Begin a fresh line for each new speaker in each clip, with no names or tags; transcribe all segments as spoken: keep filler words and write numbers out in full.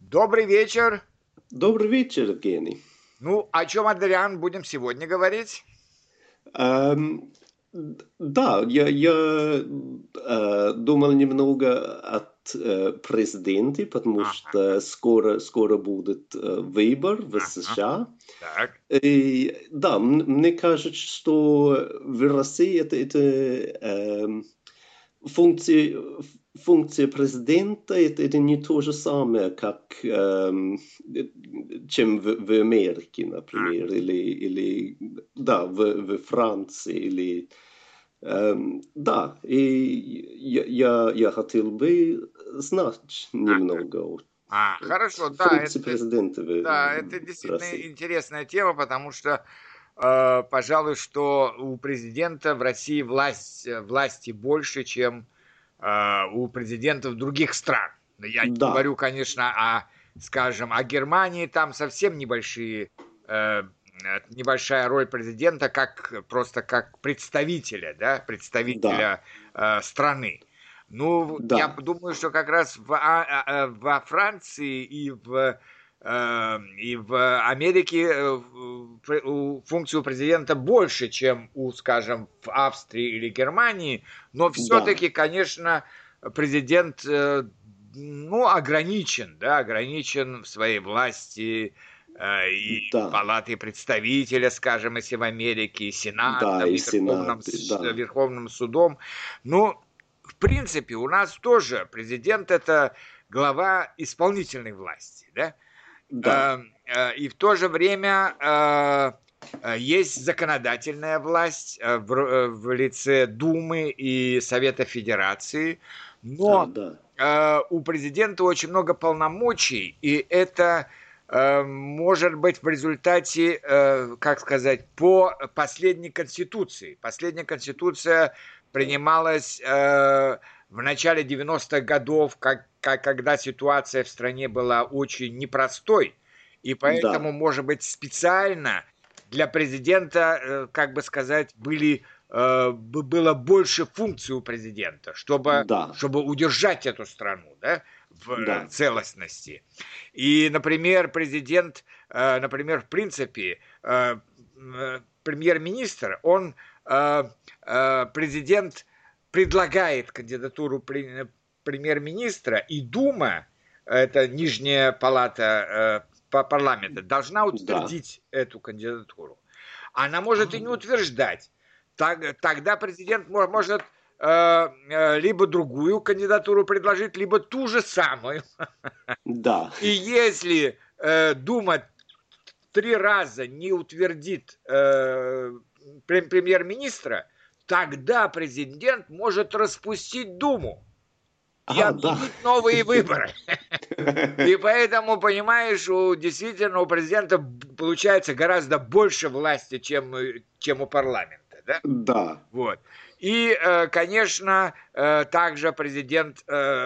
Добрый вечер.
Добрый вечер, Евгений.
Ну, о чем, Адриан, будем сегодня говорить?
Ам, д- да, я, я э, думал немного от э, президента, потому
Ага,
что скоро, скоро будет э, выбор в
ага,
С Ш А.
так.
И да, м- мне кажется, что в России это, это эм, функция, функция президента это, это не то же самое, как эм, чем в, в Америке,
А,
например, или, или да, в, в Франции, или эм, да, и я, я, я хотел бы знать
а,
немного о
а, хорошо, да,
функции
это,
президента в,
да, это
в
действительно
России.
интересная тема, потому что, э, пожалуй, что у президента в России власть, э, власти больше, чем э, у президентов других стран. Я не
Да,
говорю, конечно, о, скажем, о Германии, там совсем небольшие, э, небольшая роль президента, как просто как представителя, да,
да,
представителя э, страны. Ну, я
да,
думаю, что как раз в, а, а, во Франции и в э, и в Америке э, у- функцию президента больше, чем у, скажем, в Австрии или Германии, но
да,
все-таки, конечно, президент э, ну, ограничен, да, ограничен в своей власти э, и
да,
палатой представителя, скажем, если в Америке, и
да,
Сенатом,
и
и Верховным,
Сенат,
с-
да,
Верховным судом. Ну, в принципе, у нас тоже президент это глава исполнительной власти, да?
да,
Э, э, И в то же время э, э, есть законодательная власть э, в, э, в лице Думы и Совета Федерации,
а,
но
да,
э, у президента очень много полномочий, и это э, может быть в результате, э, как сказать, по последней конституции. Последняя конституция принималась э, в начале девяностых годов, как, как, когда ситуация в стране была очень непростой, и поэтому,
да,
может быть, специально для президента, э, как бы сказать, были, э, было больше функций у президента, чтобы,
да,
чтобы удержать эту страну, да, в э,
да,
целостности. И, например, президент, э, например, в принципе, э, э, премьер-министр, он, э, э, президент предлагает кандидатуру премьер-министра, и Дума, это нижняя палата э, парламента, должна
да.
утвердить эту кандидатуру. Она может
А,
и не
да.
утверждать. Так, тогда президент может э, э, либо другую кандидатуру предложить, либо ту же самую.
Да.
И если э, Дума три раза не утвердит э, премьер-министра, тогда президент может распустить Думу и
А, да.
объявить новые выборы. И поэтому, понимаешь, у, действительно у президента получается гораздо больше власти, чем, чем у парламента. Да?
Да.
Вот. И, э, конечно, э, также президент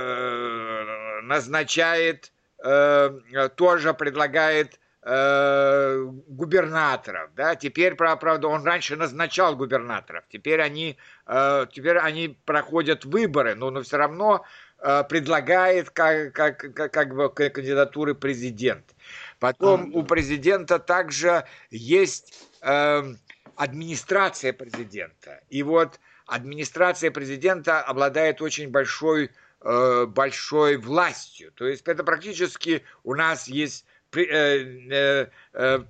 э, назначает, э, тоже предлагает э, губернаторов, да, теперь, правда, он раньше назначал губернаторов, теперь они, э, теперь они проходят выборы, но, но все равно э, предлагает как, как, как, как бы кандидатуры президент.
А,
Потом у
да.
президента также есть э, администрация президента. И вот администрация президента обладает очень большой, э, большой властью. То есть это практически у нас есть э, э, э,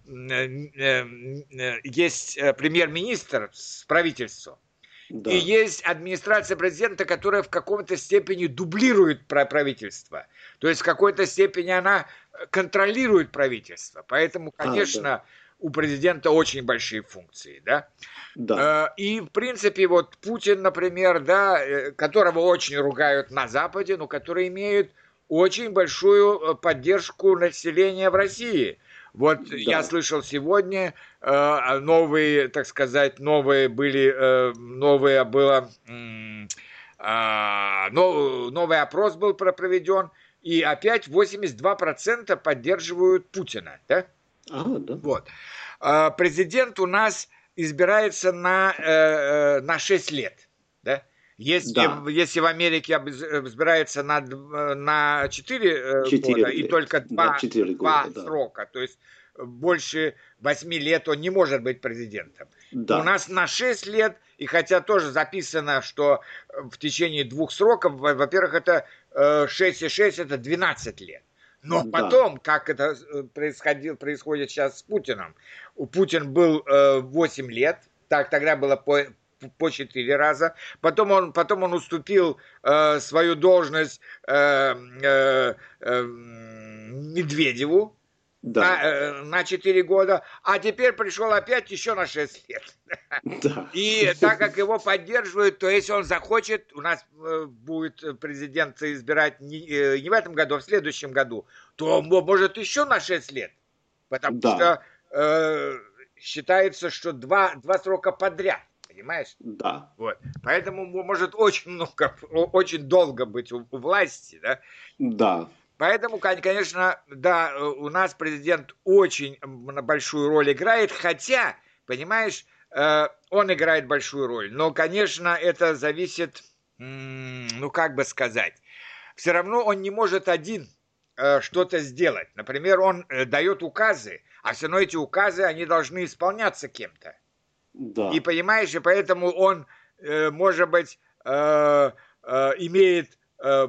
э, есть премьер-министр с правительством, и
Да.
есть администрация президента, которая в каком-то степени дублирует правительство. То есть в какой-то степени она контролирует правительство. Поэтому,
А, да.
конечно, у президента очень большие функции, да.
Да.
И, в принципе, вот Путин, например, да, которого очень ругают на Западе, но который имеет очень большую поддержку населения в России. Вот я
Да.
слышал сегодня э, новые, так сказать, новые были, э, новые было, э, нов, новый опрос был проведен, и опять восемьдесят два процента поддерживают Путина, да?
А, да.
Вот. А президент у нас избирается на, э, на шесть лет. Да? Если,
Да.
если в Америке избирается на, на четыре года и только два,
да,
два
года,
срока, да. То есть больше восьми лет он не может быть президентом.
Да.
У нас на шесть лет, и хотя тоже записано, что в течение двух сроков, во-первых, это шесть и шесть, это двенадцать лет. Но
Да.
потом, как это происходило, происходит сейчас с Путиным, у Путина был восемь лет, так тогда было по, по четыре раза, потом он, потом он уступил э, свою должность э, э, э, Медведеву,
Да.
на, на четыре года, а теперь пришел опять еще на шесть лет.
Да.
И так как его поддерживают, то если он захочет, у нас будет президент избирать не, не в этом году, а в следующем году, то может еще на шесть лет. Потому да. что э, считается, что два, два срока подряд. Понимаешь?
Да.
Вот. Поэтому может очень много, очень долго быть у, у власти, да?
Да.
Поэтому, конечно, да, у нас президент очень большую роль играет, хотя, понимаешь, он играет большую роль. Но, конечно, это зависит, ну, как бы сказать, все равно он не может один что-то сделать. Например, он дает указы, а все равно эти указы, они должны исполняться кем-то.
Да.
И, понимаешь, и поэтому он, может быть, имеет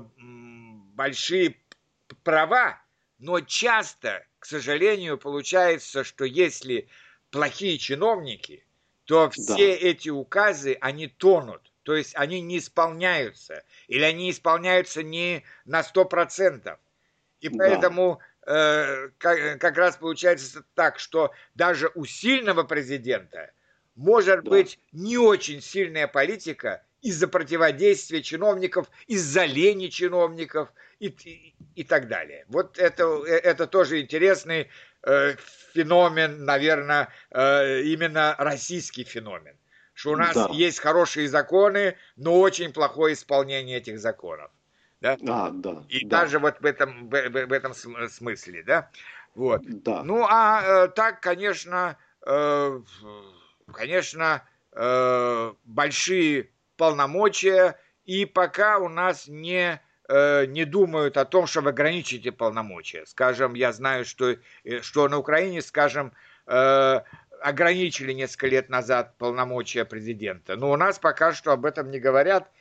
большие права, но часто, к сожалению, получается, что если плохие чиновники, то все да. эти указы, они тонут, то есть они не исполняются, или они исполняются не на сто процентов. И поэтому да. э, как, как раз получается так, что даже у сильного президента может да. быть не очень сильная политика из-за противодействия чиновников, из-за лени чиновников и, и, и так далее. Вот это, это тоже интересный э, феномен, наверное, э, именно российский феномен. Что у нас да. есть хорошие законы, но очень плохое исполнение этих законов. Да?
А, да,
и
да.
даже вот в этом, в, в этом смысле. Да? Вот.
Да.
Ну, а э, так, конечно, э, конечно, э, большие полномочия, и пока у нас не, э, не думают о том, чтобы ограничить эти полномочия. Скажем, я знаю, что, что на Украине, скажем, э, ограничили несколько лет назад полномочия президента. Но у нас пока что об этом не говорят.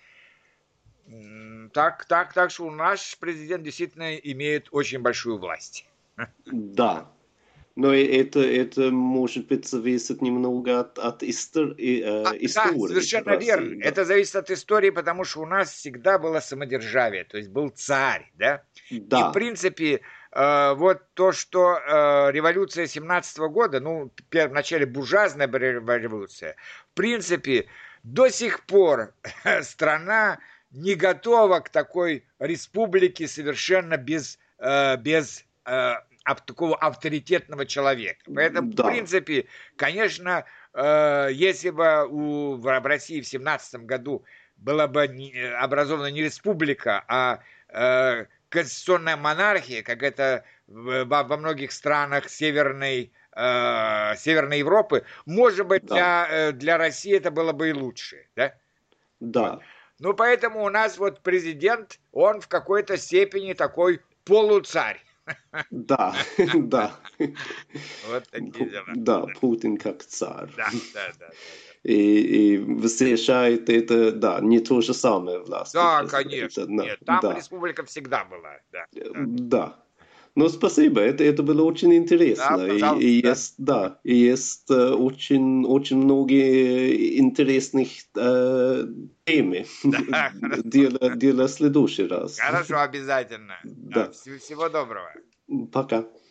Так, так, так что наш президент действительно имеет очень большую власть.
Да. Но это, это может быть зависит немного от, от истор, э,
а,
истории.
Да, совершенно России, верно. Да. Это зависит от истории, потому что у нас всегда было самодержавие, то есть был царь, да?
Да.
И в принципе, э, вот то, что э, революция семнадцатого года, ну, в начале буржуазная революция, в принципе, до сих пор страна не готова к такой республике совершенно без, э, без э, такого авторитетного человека. Поэтому, да. в принципе, конечно, э, если бы у, в России в семнадцатом году была бы не, образована не республика, а э, конституционная монархия, как это в, во многих странах Северной, э, Северной Европы, может быть, да. для, для России это было бы и лучше. Да?
Да.
Вот. Ну, поэтому у нас вот президент, он в какой-то степени такой полуцарь.
Да, да.
Вот такие дела.
Да, Путин как царь.
Да, да, да.
И, и встречает это, да, не то же самое власть.
Да, конечно.
Да,
Нет, там
да.
республика всегда была. Да.
Да. Ну, спасибо, это, это было очень интересно.
Да, пожалуйста.
И, и есть, да, и есть uh, очень, очень многие интересных uh, темы
да,
для, для следующий раз.
Хорошо, обязательно.
Да.
Да, всего доброго.
Пока.